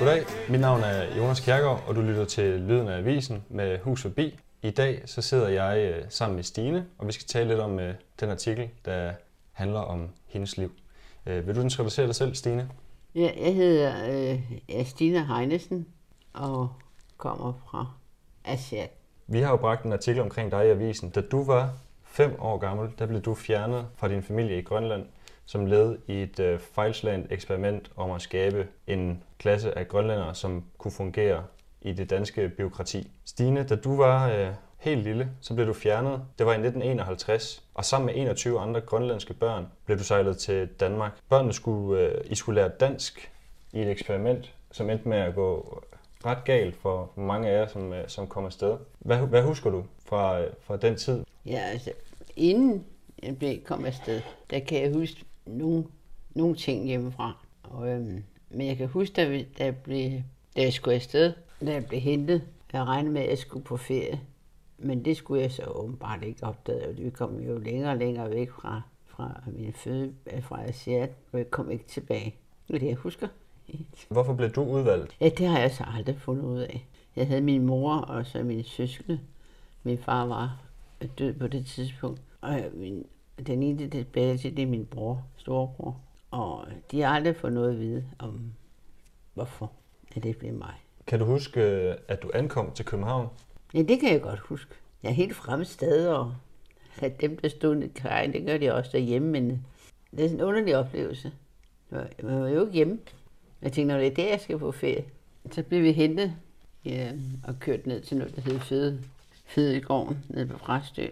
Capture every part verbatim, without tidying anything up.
Goddag, mit navn er Jonas Kjærgaard, og du lytter til Lyden af Avisen med Hus Forbi. I dag så sidder jeg sammen med Stine, og vi skal tale lidt om den artikel, der handler om hendes liv. Vil du introducere dig selv, Stine? Ja, jeg hedder øh, Stine Heinesen og kommer fra Aasiaat. Vi har jo bragt en artikel omkring dig i avisen. Da du var fem år gammel, der blev du fjernet fra din familie i Grønland, som led i et øh, fejlslagent eksperiment om at skabe en klasse af grønlændere, som kunne fungere i det danske bureaukrati. Stine, da du var øh, helt lille, så blev du fjernet. Det var i nitten enoghalvtreds, og sammen med enogtyve andre grønlandske børn blev du sejlet til Danmark. Børnene skulle, øh, I skulle lære dansk i et eksperiment, som endte med at gå ret galt for mange af jer, som, øh, som kom afsted. Hvad, hvad husker du fra, øh, fra den tid? Ja, altså, inden jeg blev kom afsted, der kan jeg huske nogle, nogle ting hjemmefra. Og, øhm, men jeg kan huske, da, vi, da, jeg blev, da jeg skulle afsted, da jeg blev hentet, jeg regnede med, at jeg skulle på ferie. Men det skulle jeg så åbenbart ikke opdage. Vi kom jo længere og længere væk fra, fra min føde, fra Aasiaat, og jeg kom ikke tilbage. Det er det, jeg husker. Hvorfor blev du udvalgt? Ja, det har jeg så aldrig fundet ud af. Jeg havde min mor og så mine søskende. Min far var død på det tidspunkt. Og min, den ene tilbage til, det er min bror, storebror. Og de har aldrig fået noget at vide om, hvorfor at det blev mig. Kan du huske, at du ankom til København? Ja, det kan jeg godt huske. Jeg er helt fremme sted, og at dem, der stod i kajen, det gør de også derhjemme, men det er sådan en underlig oplevelse. Man var jo ikke hjemme. Jeg tænkte, når det er der, jeg skal på ferie, så blev vi hentet ja, og kørt ned til noget, der hed Fede, Fedegården, nede på Præstø.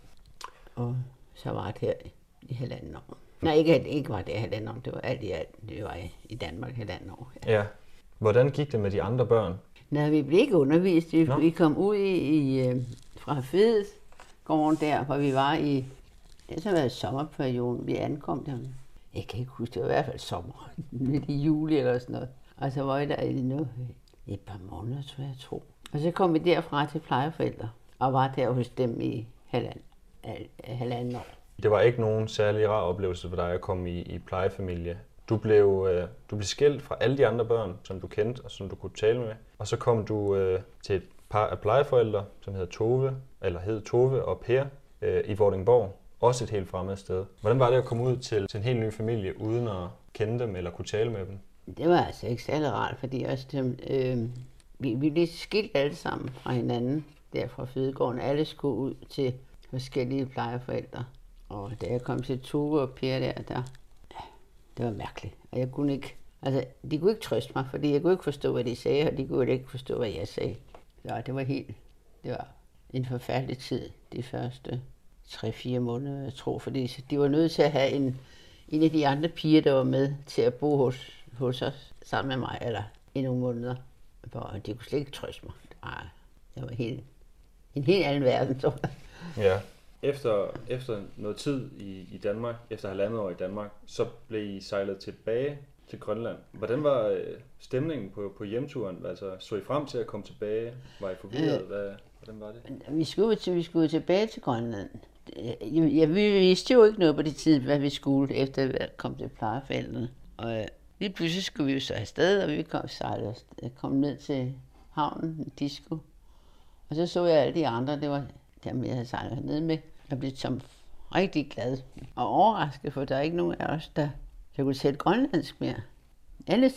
Og så var det her i halvanden år. Nej, ikke, ikke var det halvanden år, det var alt i alt. Det var i Danmark halvanden år. Ja. ja. Hvordan gik det med de andre børn? Nej, vi blev ikke undervist. Vi, vi kom ud i, i fra Fedegården der, hvor vi var i, det har været sommerperioden, vi ankom der. Jeg kan ikke huske, det var i hvert fald sommer, midt i juli eller sådan noget. Og så var jeg der i noget, et par måneder, tror jeg, jeg tror. Og så kom vi derfra til plejeforældre, og var der hos dem i halvanden, halvanden år. Det var ikke nogen særlig rar oplevelse for dig at komme i, i plejefamilie. Du blev, øh, du blev skilt fra alle de andre børn, som du kendte og som du kunne tale med. Og så kom du øh, til et par af plejeforældre, som hedder Tove, eller hed Tove og Per, øh, i Vordingborg. Også et helt fremmed sted. Hvordan var det at komme ud til, til en helt ny familie, uden at kende dem eller kunne tale med dem? Det var altså ikke særlig rart, fordi også dem, øh, vi, vi blev skilt alle sammen fra hinanden, der fra Fedegården. Alle skulle ud til forskellige plejeforældre. Og da jeg kom til Tove og Per der, der det var mærkeligt. Og jeg kunne ikke, altså, de kunne ikke trøste mig, fordi jeg kunne ikke forstå, hvad de sagde, og de kunne ikke forstå, hvad jeg sagde. Så det var helt, det var en forfærdelig tid, de første tre-fire måneder, jeg tror, fordi de var nødt til at have en, en af de andre piger, der var med til at bo hos, hos os sammen med mig, eller i nogle måneder. For de kunne slet ikke trøste mig. Ej, det var helt, en helt anden verden, tror jeg. Ja. Efter, efter noget tid i, i Danmark, efter halvandet år i Danmark, så blev I sejlet tilbage til Grønland. Hvordan var øh, stemningen på, på hjemturen? Altså, så I frem til at komme tilbage? Var I forvirret? Øh, Hvad, hvordan var det? Vi skulle, til, vi skulle tilbage til Grønland. Jeg, jeg vidste jo ikke noget på det tid, hvad vi skulle, efter at komme til plejeforældrene. Og øh, lige pludselig skulle vi jo så afsted, og vi kom, sejlede, kom ned til havnen, Disco. Og så så jeg alle de andre, det var dem, jeg havde sejlet ned med. Jeg blev som rigtig glad og overrasket, for der er ikke nogen af os, der, der kunne tale grønlandsk mere. Alle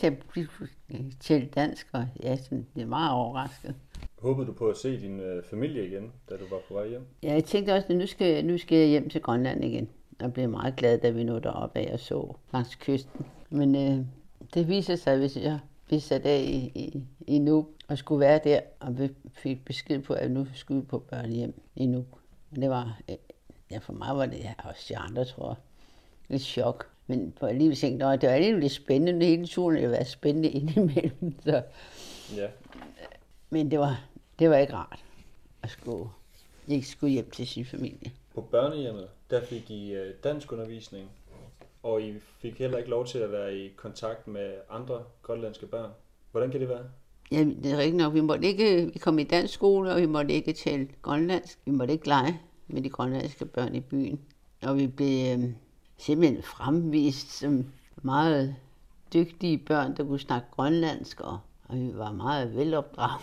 talte dansk, og ja, sådan, det er meget overrasket. Håbede du på at se din øh, familie igen, da du var på vej hjem? Ja, jeg tænkte også, at nu skal, nu skal jeg hjem til Grønland igen. Jeg blev meget glad, da vi nåede deroppe af og så langs kysten. Men øh, det viser sig, hvis jeg blev sat af i, i, i Nuuk og skulle være der, og vi fik besked på, at nu skulle vi på børnehjem i Nuuk. Det var, ja, for mig var det, ja, også de andre, tror jeg, lidt chok. Men på alligevel tænkte jeg, det var alligevel lidt spændende. Hele turen havde været spændende indimellem. Så. Ja. Men det var, det var ikke rart at skulle, ikke skulle hjem til sin familie. På børnehjemmet, der fik I dansk undervisning, og I fik heller ikke lov til at være i kontakt med andre grønlandske børn. Hvordan kan det være? Ja, det er rigtigt nok. Vi måtte ikke, vi kom i dansk skole, og vi måtte ikke tale grønlandsk. Vi måtte ikke lege med de grønlandske børn i byen. Og vi blev øh, simpelthen fremvist som meget dygtige børn, der kunne snakke grønlandsk, og og vi var meget velopdragende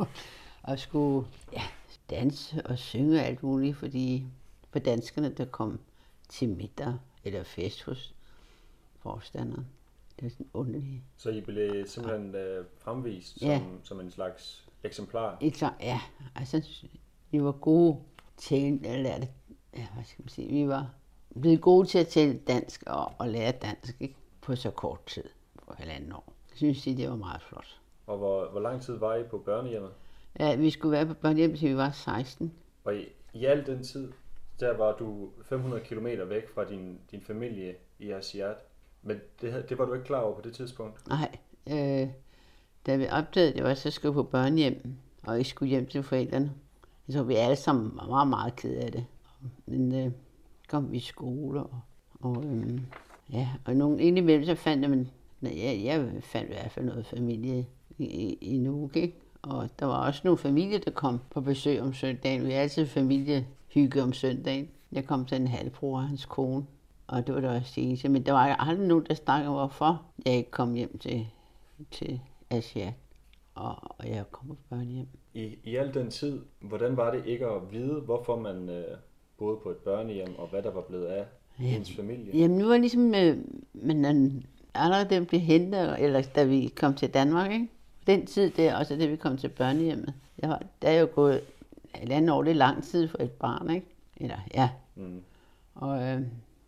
og skulle ja, danse og synge alt muligt, fordi for danskerne, der kom til middag eller fest hos forstanderen. Det er sådan underligt. Så I blev simpelthen øh, fremvist som, ja. som en slags eksemplar? Ikke, ja, altså vi var gode til at lære det. Ja, hvad skal man sige? Vi var blevet gode til at tale dansk og, og lære dansk, ikke? På så kort tid, på halvanden år. Jeg synes, det var meget flot. Og hvor, hvor lang tid var I på børnehjemmet? Ja, vi skulle være på børnehjemmet, til vi var seksten. Og i, i al den tid, der var du fem hundrede kilometer væk fra din, din familie i Aasiaat. Men det, det var du ikke klar over på det tidspunkt? Nej. Øh, da vi opdagede det, var så skulle på børnehjem, og ikke skulle hjem til forældrene. Så vi alle sammen var meget, meget ked af det. Men øh, kom vi i skole, og, og øh, ja, og nogle indimellem så fandt jeg, men jeg, jeg fandt i hvert fald noget familie i, i, i Nuuk, ikke? Og der var også nogle familier, der kom på besøg om søndagen. Vi havde altid familiehygge om søndagen. Jeg kom til en halvbror og hans kone, og det var der også det eneste. Men der var aldrig nogen, der snakkede om, hvorfor jeg ikke kom hjem til, til Aasiaat, og, og jeg kom på børnehjem. I, I al den tid, hvordan var det ikke at vide, hvorfor man øh, boede på et børnehjem, og hvad der var blevet af Jamen, ens familie? Jamen nu var ligesom, øh, men allerede den blev hentet, eller da vi kom til Danmark, ikke? Den tid der, og så da vi kom til børnehjemmet, jeg var, der er jo gået et andet år, det er lang tid for et barn, ikke? Eller, ja. Mm. Og øh,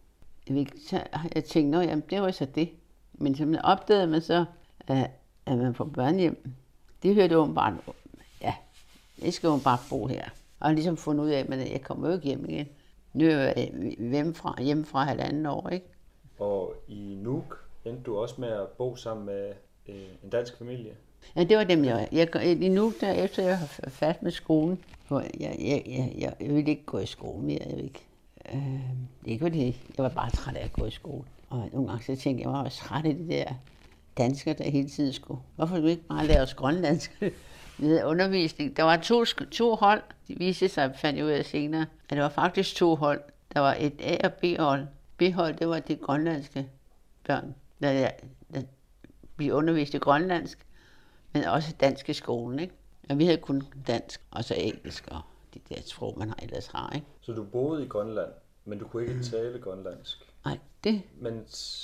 jeg, så, jeg tænkte, jamen det var så det. Men så man opdagede man så, at, at man på børnehjem, det hørte jo bare, ja, jeg skal jo bare bo her. Og ligesom fundet ud af, at jeg kommer jo ikke hjem igen. Nu er jeg hjemmefra, hjemmefra halvanden år, ikke? Og i Nuuk endte du også med at bo sammen med øh, en dansk familie? Ja, det var dem, jeg jeg I Nuuk, der efter jeg har fat med skolen, hvor jeg, jeg, jeg, jeg, jeg ville ikke gå i skole mere, jeg ville ikke. Øh, det er ikke fordi, jeg var bare træt af at gå i skole. Og nogle gange så tænkte jeg, jeg var også træt af de der danskere, der hele tiden skulle. Hvorfor ville du ikke bare lære os grønlandsk? Vi havde undervisning. Der var to, to hold. De viste sig, fandt jeg ud af senere, at der var faktisk to hold. Der var et A- og B-hold. B-hold, det var de grønlandske børn, der, der blev undervist i grønlandsk, men også dansk i skolen, ikke? Og vi havde kun dansk, og så engelsk, og de der sprog, man har ellers har, ikke? Så du boede i Grønland, men du kunne ikke tale grønlandsk? Nej, det... Men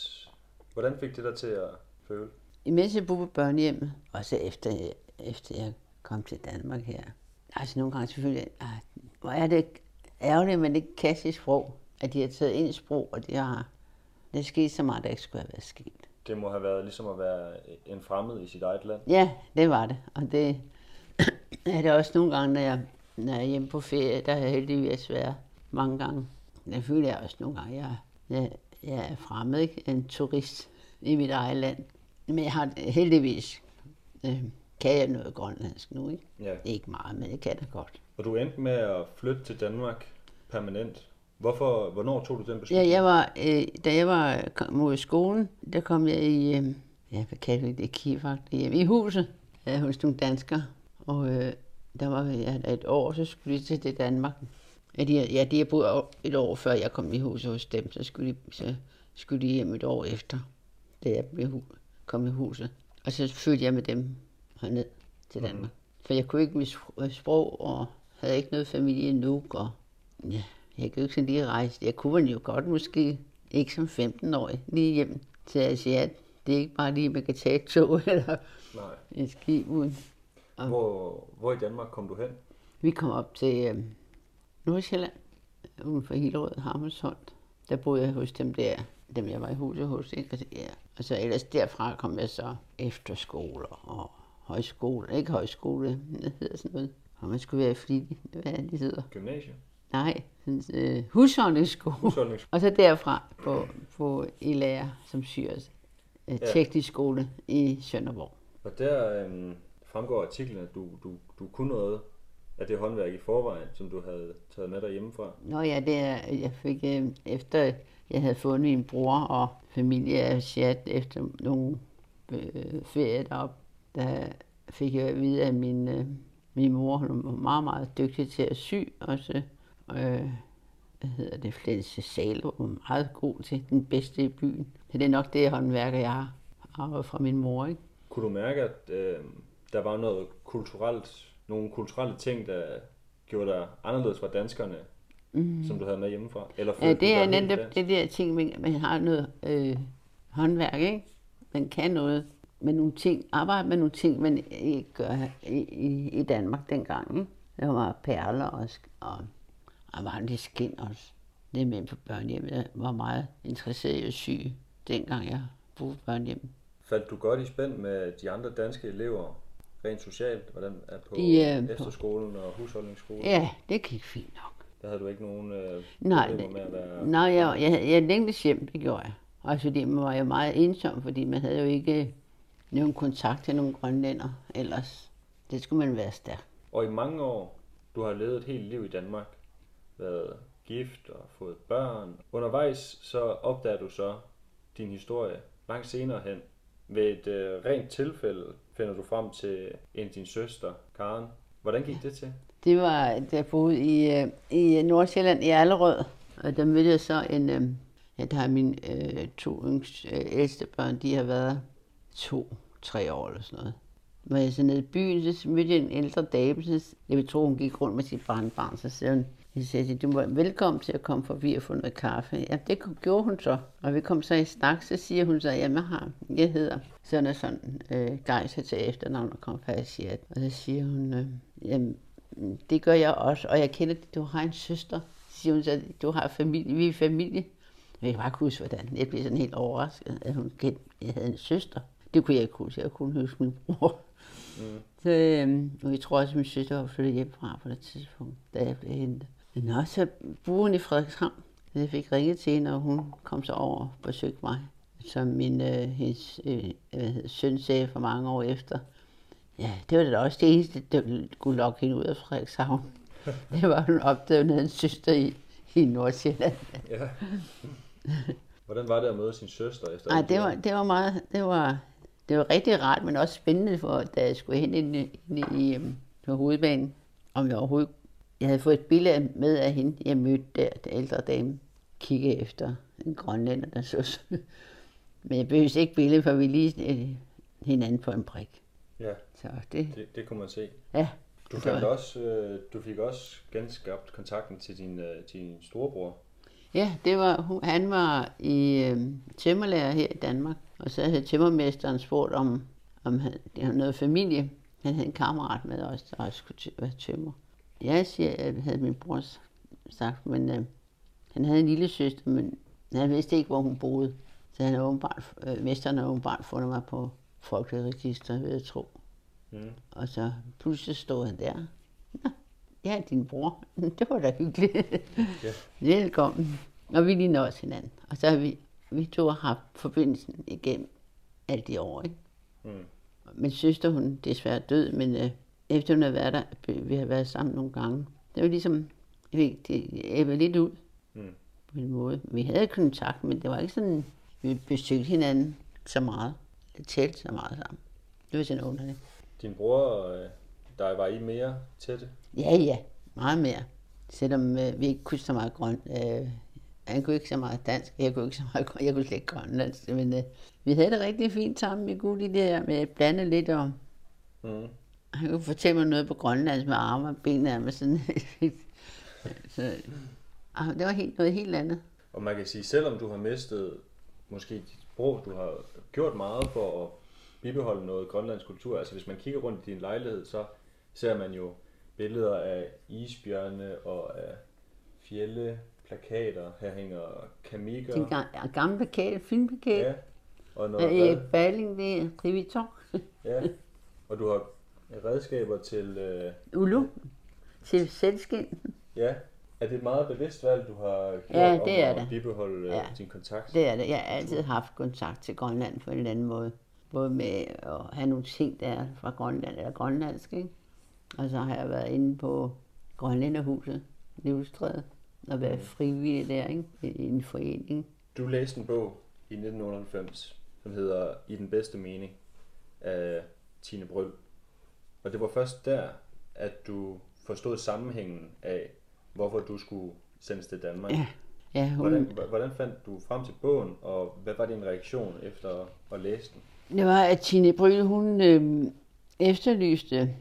hvordan fik det dig til at føle? Imens jeg boede på børnehjemmet, og så efter, efter jeg kom til Danmark her, altså nogle gange selvfølgelig, ah, hvor er det ærgerligt, at man ikke kan sit sprog, at de har taget ind i sprog, og det har, det er sket så meget, der ikke skulle have været sket. Det må have været ligesom at være en fremmed i sit eget land? Ja, det var det, og det er det også nogle gange, når jeg, når jeg er hjemme på ferie, der har jeg heldigvis været mange gange. Jeg føler jeg også nogle gange, jeg, jeg, jeg er fremmed, ikke? En turist i mit eget land. Men jeg har heldigvis, øh, kan jeg noget grønlandsk nu, ikke? Ja. Ikke meget, men jeg kan det godt. Og du endte med at flytte til Danmark permanent. Hvorfor, hvornår tog du den Ja, beslutning? jeg var, øh, da jeg var kom mod skolen, der kom jeg i, øh, ja, hvad kalder vi det, kivagt, i huset øh, hos nogle danskere. Og øh, der var jeg ja, et år, så skulle de til Danmark. Ja, de, ja, de har boet et år før jeg kom i huset hos dem, så skulle de, så skulle de hjem et år efter, da jeg blev, kom i huset. Og så følte jeg med dem herned til Danmark. Mm. For jeg kunne ikke mit sprog, og havde ikke noget familie i Nuuk, og ja, jeg kunne ikke sådan lige rejse. Jeg kunne jo godt måske, ikke som femten-årig, lige hjem til Aasiaat. Det er ikke bare lige, man kan tage et tog eller Nej. et skib uden. Og hvor, hvor i Danmark kom du hen? vi kom op til øh, Nordsjælland, uden for Hillerød, Hammersholt. Der boede jeg hos dem der, dem jeg var i huset hos. Ikke? Og, så, ja. Og så ellers derfra kom jeg så efterskoler og højskole. Ikke højskole, det hedder sådan noget. Og man skulle være flittig, hvad det hedder. Gymnasium? Nej, sådan, øh, husholdningsskole. Husholdningsskole. Og så derfra på, på i lærer som syres. Øh, Ja. teknisk skole i Sønderborg. Og der øhm, fremgår artiklen, at du, du, du kunne noget af det håndværk i forvejen, som du havde taget med dig hjemmefra. Nå ja, det er, jeg fik øh, efter jeg havde fundet min bror og familie af Aasiaat efter nogle øh, ferier deroppe, der fik jeg at vide, at min, øh, min mor var meget, meget dygtig til at sy, også øh, hvad hedder det, Flensje Salo, var meget god til, den bedste i byen. Så det er nok det håndværker, jeg har arvet fra min mor, ikke? Kunne du mærke, at, øh, der var noget kulturelt, nogle kulturelle ting, der gjorde dig anderledes fra danskerne, mm. som du havde med hjemmefra? Eller ja, det er netop det der ting, man, man har noget øh, håndværk, ikke? Man kan noget med nogle ting, arbejde med nogle ting, man ikke gør i, i, i Danmark dengang, ikke? Der var perler og, og, og var det skin også. Det med på børnehjem. Jeg var meget interesseret i at sy, dengang jeg boede på børnehjem. Faldt du godt i spænd med de andre danske elever, rent socialt, hvordan er på ja, efterskolen og husholdningsskolen? Ja, det gik fint nok. Der havde du ikke nogen øh, nej, problemer med at være... Nej, jeg, jeg, jeg længtes hjem, det gjorde jeg. Også fordi man var jo meget ensom, fordi man havde jo ikke nogen kontakt til nogle grønlænder ellers. Det skulle man være stærk. Og i mange år, du har levet et helt liv i Danmark, været gift og fået børn. Undervejs så opdager du så din historie langt senere hen. Ved et øh, rent tilfælde finder du frem til en af din søster, Karen. Hvordan gik det til? Det var, da jeg boede i, øh, i Nordsjælland i Allerød. Og der mødte jeg så en, øh, ja, der har mine øh, to yngste, øh, ældste børn, de har været to, tre år eller sådan noget. Når jeg så nede i byen, så mødte jeg en ældre dame, så jeg vil tro, hun gik rundt med sit barnbarn, så sagde hun, jeg sagde, du var velkommen til at komme forbi og få noget kaffe. Ja, det gjorde hun så. Og vi kom så i snak, så siger hun så, jamen jeg har, jeg hedder sådan og sådan, øh, Gejser til efternavn og kom fra Asiat. Og så siger hun, øh, jamen det gør jeg også, og jeg kender, du har en søster. Så siger hun så, du har familie, vi er familie. Jeg kan bare ikke huske, hvordan. Jeg blev sådan helt overrasket, at hun kendte, jeg havde en søster. Det kunne jeg ikke huske, jeg kunne huske min bror. Mm. Så, øhm, og jeg tror også, at min søster var flyttet hjemmefra på det tidspunkt, da jeg blev hentet. Nå, så boede hun i Frederikshavn. Jeg fik ringet til hende, og hun kom så over og besøgte mig. Som min øh, hendes, øh, hedder, søn sagde for mange år efter. Ja, det var da også det eneste, der kunne lokke hende ud af Frederikshavn. Det var, hun opdagede, at hun havde en søster i, i Nordsjælland. Ja. Hvordan var det at møde sin søster efter? Nej, det var, det var meget, det var, det var rigtig rart, men også spændende, for da jeg skulle hen ind, ind i um, på hovedbanen, om jeg overhovedet, jeg havde fået et billede med af hende, jeg mødte der, den ældre dame, kigge efter en grønlænder, der så. Men jeg behøvede ikke billede, for vi lige øh, hinanden på en prik. Ja, så det, det, det kunne man se. Ja. Du, fandt også, øh, du fik også genskabt kontakten til din, øh, din storebror. Ja, det var, han var i øh, tømmerlærer her i Danmark, og så havde tømmermesteren spurgt, om, om han, det havde noget familie. Han havde en kammerat med os, der også skulle være tømmer. Jeg siger, havde min bror sagt, men øh, han havde en lille søster, men han vidste ikke, hvor hun boede. Så han havde åbenbart, øh, mesteren havde åbenbart fundet mig på folkeregister, ved jeg tro. Mm. Og så pludselig stod han der. Nå, jeg er din bror. Det var da hyggeligt. Yeah. Velkommen. Og vi ligner også hinanden. Og så har vi, vi to haft forbindelsen igennem alle de år. Ikke? Mm. Min søster, hun desværre død, men øh, efter hun har været der, vi har været sammen nogle gange. Det var ligesom, det æbbede lidt ud mm. på en måde. Vi havde kontakt, men det var ikke sådan, vi besøgte hinanden så meget. Det talte så meget sammen. Det var sådan underligt. Din bror og dig, var I mere tætte? Ja, ja. Meget mere. Selvom øh, vi ikke kunne så meget grøn. Øh, han kunne ikke så meget dansk, jeg kunne ikke så meget grøn. Jeg kunne slet ikke grønlandsk. Men øh, vi havde det rigtig fint sammen. Vi kunne lide det her med at blande lidt om. Mm. Han kunne fortælle mig noget på grønlandsk med arme og ben af mig. Sådan. Så, øh, det var helt, noget helt andet. Og man kan sige, selvom du har mistet måske dit sprog, du har gjort meget for at bibeholde noget grønlandsk kultur. Altså hvis man kigger rundt i din lejlighed, så ser man jo billeder af isbjørne og af fjelle, plakater. Her hænger kamikker. En gammel plakat, filmplakat. Ja. Og noget øh, Balling ved Riviton. Ja. Og du har redskaber til øh, Ulu. Til selvskin. Ja. Er det et meget bevidst valg, du har gjort ja, det om er at det. bibeholde ja. din kontakt? Det er det. Jeg har altid haft kontakt til Grønland på en eller anden måde. Både med at have nogle ting, der er fra Grønland eller grønlandsk, ikke? Og så har jeg været inde på Grønlænderhuset, Livstræde, og været frivillig der, ikke? I en forening. Du læste en bog i nitten otteoghalvfems, som hedder I den bedste mening af Tine Bryld. Og det var først der, at du forstod sammenhængen af, hvorfor du skulle sendes til Danmark. Ja. Ja, hun... hvordan, hvordan fandt du frem til bogen, og hvad var din reaktion efter at læse den? Det var, at Tine Bryld, hun... Øh, efterlyste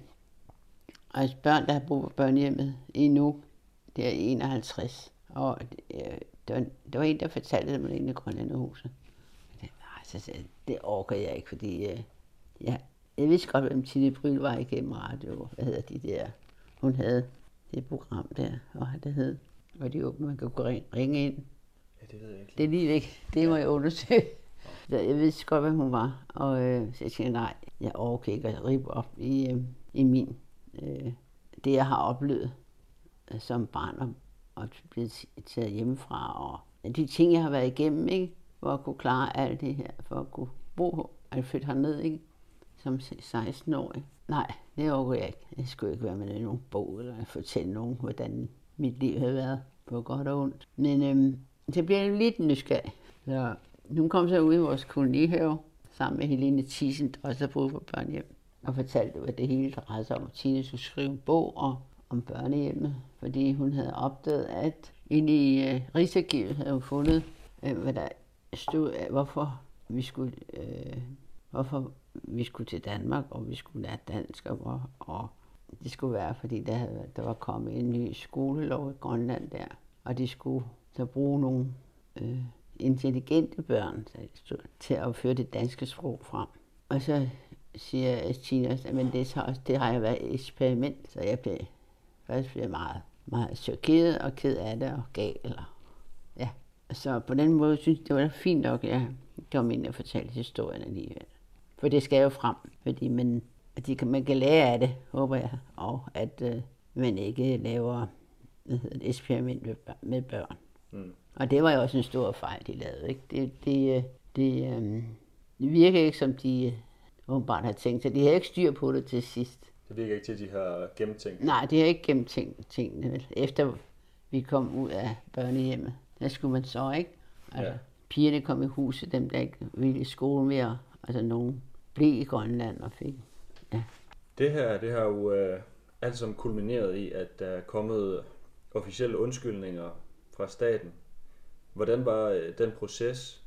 altså børn, der har boet på børnehjemmet i Nuuk, det er enoghalvtreds. Og det, det, var, det var en, der fortalte dem inde i Grønlanderhuset. Nej, så sagde jeg, det orker jeg ikke, fordi øh, ja, jeg vidste godt, hvem Tine Bryl var igennem radio. Hvad hedder de der? Hun havde det program der, og det hed, hvor de åbne, man kan gå ringe ind. Ja, det ved jeg ikke. Det er lige væk. Det må jeg undersøge. Så jeg vidste godt, hvad hun var. Og øh, så jeg tænkte, nej, jeg orker ikke at ribe op i, øh, i min, øh, det jeg har oplevet øh, som barn og, og blevet taget hjemmefra. Og de ting, jeg har været igennem, ikke? For at kunne klare alt det her, for at kunne bo og flytte herned, ikke? Som seksten-årig. Nej, det overgår jeg ikke. Jeg skulle ikke være med i nogen bog eller fortælle nogen, hvordan mit liv havde været på godt og ondt. Men øhm, så bliver jeg lidt nysgerrig. Så hun kom så ud i vores kolonihave sammen med Helene Thyssen, der også har boet på børnehjem, og fortalte, hvad det hele drejede sig om. Tine skulle skrive en bog og, om børnehjemmet, fordi hun havde opdaget, at inde i øh, Rigsarkivet havde hun fundet, øh, hvad der stod, øh, hvorfor vi skulle... Øh, hvorfor vi skulle til Danmark, og vi skulle lære dansk, og, og det skulle være, fordi der, havde, der var kommet en ny skolelov i Grønland der, og de skulle så bruge nogle øh, intelligente børn til at føre det danske sprog frem. Og så siger Tina, men det, også, det har jeg været et eksperiment, så jeg blev først blev meget, meget chokeret og ked af det og gal. Eller, ja. Så på den måde synes jeg, det var fint nok, at jeg kom ind og fortalte historien alligevel. For det skal jo frem, fordi man, at de kan, man kan lære af det, håber jeg, og at øh, man ikke laver hvad hedder det, eksperiment med, med børn. Mm. Og det var jo også en stor fejl, de lavede. Ikke? Det, det, det, øh, det virker ikke, som de øh, åbenbart har tænkt sig. De har ikke styr på det til sidst. Det virker ikke til, at de har gennemtænkt. Nej, de har ikke gennemtænkt tingene. Efter vi kom ud af børnehjemmet, der skulle man så ikke. Altså, ja. Pigerne kom i huset, dem der ikke ville i skole mere, altså nogen blev i Grønland og fik. Ja. Det her, det har jo øh, alt sammen kulmineret i, at der er kommet officielle undskyldninger fra staten. Hvordan var øh, den proces,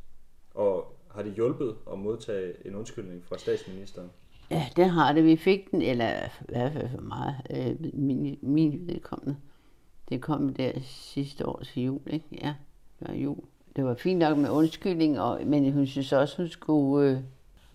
og har det hjulpet at modtage en undskyldning fra statsministeren? Ja, det har det. Vi fik den, eller i hvert fald for meget, øh, min, min vedkommende. Det kom der sidste år til jul, ikke? Ja, det var jul. Det var fint nok med undskyldning, og, men hun synes også, hun skulle... Øh,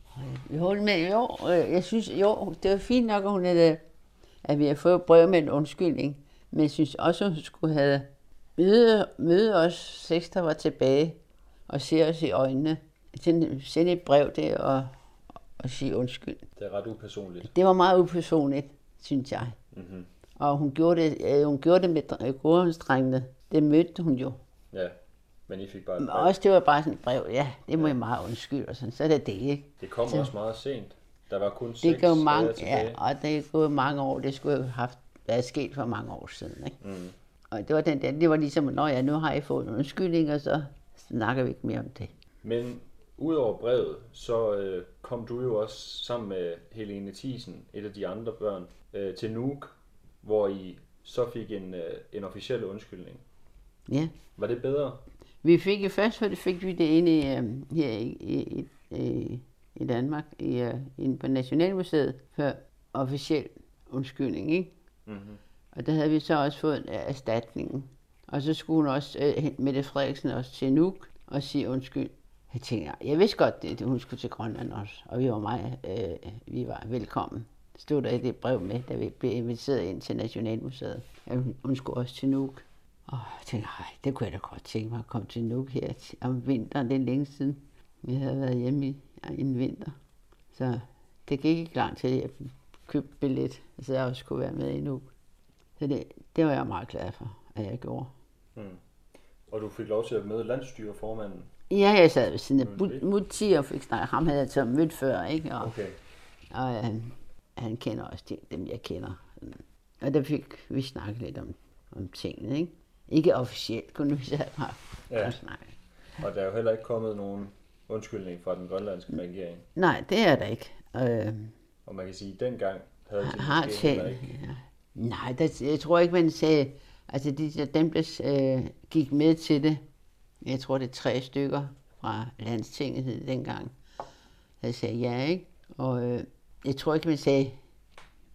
Vi holdt med, jo, jeg synes, jo, det var fint nok, at, hun havde, at vi havde fået brev med en undskyldning, men jeg synes også, at hun skulle have møde, møde os seks, der var tilbage, og se os i øjnene. Sende, sende et brev der og, og sige undskyld. Det er ret upersonligt. Det var meget upersonligt, synes jeg. Mm-hmm. Og hun gjorde det, hun gjorde det med gårdhåndsdrengene. Det mødte hun jo. Ja. Men I fik bare et brev. Også det var bare sådan et brev, ja, det må ja. jeg meget undskylde, og sådan, så er det det, ikke? Det kom så, også meget sent. Der var kun seks det går mange, tilbage. Ja, og det er gået mange år, det skulle jo have haft, været sket for mange år siden, ikke? Mm. Og det var den der, det var ligesom, når ja, nu har I fået en undskyldning, og så snakker vi ikke mere om det. Men udover brevet, så øh, kom du jo også sammen med Helene Thyssen, et af de andre børn, øh, til Nuuk, hvor I så fik en, øh, en officiel undskyldning. Ja. Var det bedre? Vi fik jo først, fik vi det inde i, uh, her i, i, i, i Danmark, i, uh, inde på Nationalmuseet, for officiel undskyldning, ikke? Mm-hmm. Og der havde vi så også fået erstatningen. Og så skulle hun også, uh, Mette Frederiksen også til Nuuk og sige undskyld. Jeg tænkte, jeg vidste godt, at hun skulle til Grønland også, og vi var meget, uh, vi var velkommen. Det stod der i det brev med, da vi blev inviteret ind til Nationalmuseet. Hun, hun skulle også til Nuuk. Og jeg tænkte, det kunne jeg da godt tænke mig at komme til Nuuk her om vinteren. Det er længe siden. Vi havde været hjemme i en vinter. Så det gik ikke langt til, at jeg købte billet, så jeg også skulle være med i Nuuk. Så det, det var jeg meget glad for, at jeg gjorde. Mm. Og du fik lov til at møde landsstyreformanden? Ja, jeg sad ved siden af Mutti og fik snakket. Ham havde jeg så mødt før, ikke? Og, okay. og han, han kender også de, dem, jeg kender. Og der fik vi snakket lidt om, om tingene, ikke? Ikke officielt, kun vi sad bare ja. og snakke. Og der er jo heller ikke kommet nogen undskyldning fra den grønlandske regering. Nej, det er der ikke. Øh, og man kan sige, at dengang havde de har måske tæ- heller ikke... Ja. Nej, der, jeg tror ikke, man sagde... Altså, de, dem, der øh, gik med til det, jeg tror, det er tre stykker fra Landstinget dengang, der sagde ja, ikke? Og øh, jeg tror ikke, man sagde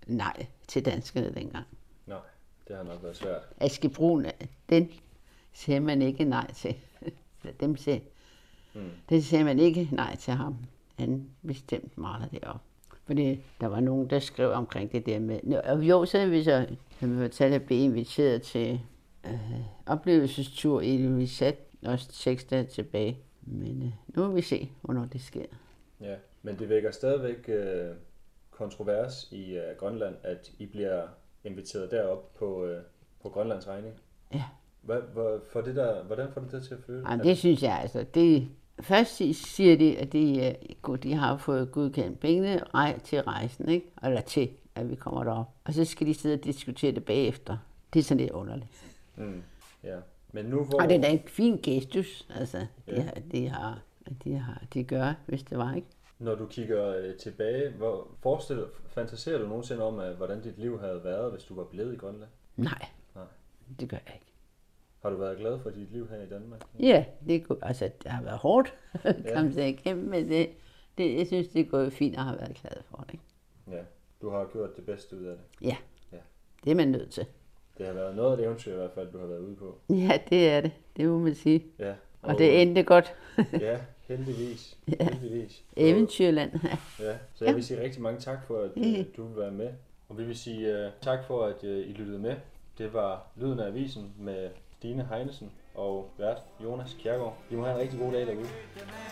nej til danskerne dengang. Nej, det har nok været svært. Aske Brun, den siger man ikke nej til. Dem siger, mm. Den siger man ikke nej til ham. Han bestemte meget deroppe. Fordi der var nogen, der skrev omkring det der med... Og jo, så havde vi så fortalt at blive inviteret til øh, oplevelsestur i Ilulissat, også seks dage tilbage. Men øh, nu vil vi se, hvornår det sker. Ja, men det vækker stadigvæk øh, kontrovers i øh, Grønland, at I bliver inviteret derop på, øh, på Grønlands regning. Ja. Hvad, hvor, for det der, hvordan får du det til at føle? Jamen, det synes jeg altså. Det, først siger de, at de, de har fået godkendt pengene til rejsen, ikke? Eller til, at vi kommer derop. Og så skal de sidde og diskutere det bagefter. Det er sådan lidt underligt. Mm, ja. Men nu hvor... Og det er da en fin gestus, altså, de, ja. har, de, har, de, har, de gør, hvis det var, ikke? Når du kigger øh, tilbage, hvor forestiller, fantaserer du nogensinde om, at, hvordan dit liv havde været, hvis du var blevet i Grønland? Nej, Nej, det gør jeg ikke. Har du været glad for dit liv her i Danmark? Ja, det, kunne, altså, det har været hårdt at komme sig igennem, men det, det, jeg synes, det er gået fint, og har været glad for det. Ikke? Ja, du har gjort det bedste ud af det. Ja, ja, det er man nødt til. Det har været noget af et eventyr i hvert fald, du har været ude på. Ja, det er det. Det må man sige. Ja, og, og det endte godt. Ja, heldigvis. Ja. heldigvis. Eventyrland. Ja, så jeg vil sige rigtig mange tak for, at uh, du vil være med. Og vi vil sige uh, tak for, at uh, I lyttede med. Det var Lyden af Avisen med Stine Heinesen og vært Jonas Kjærgaard. I må have en rigtig god dag derude.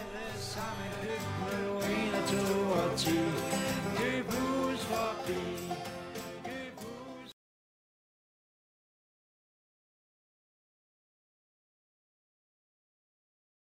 Det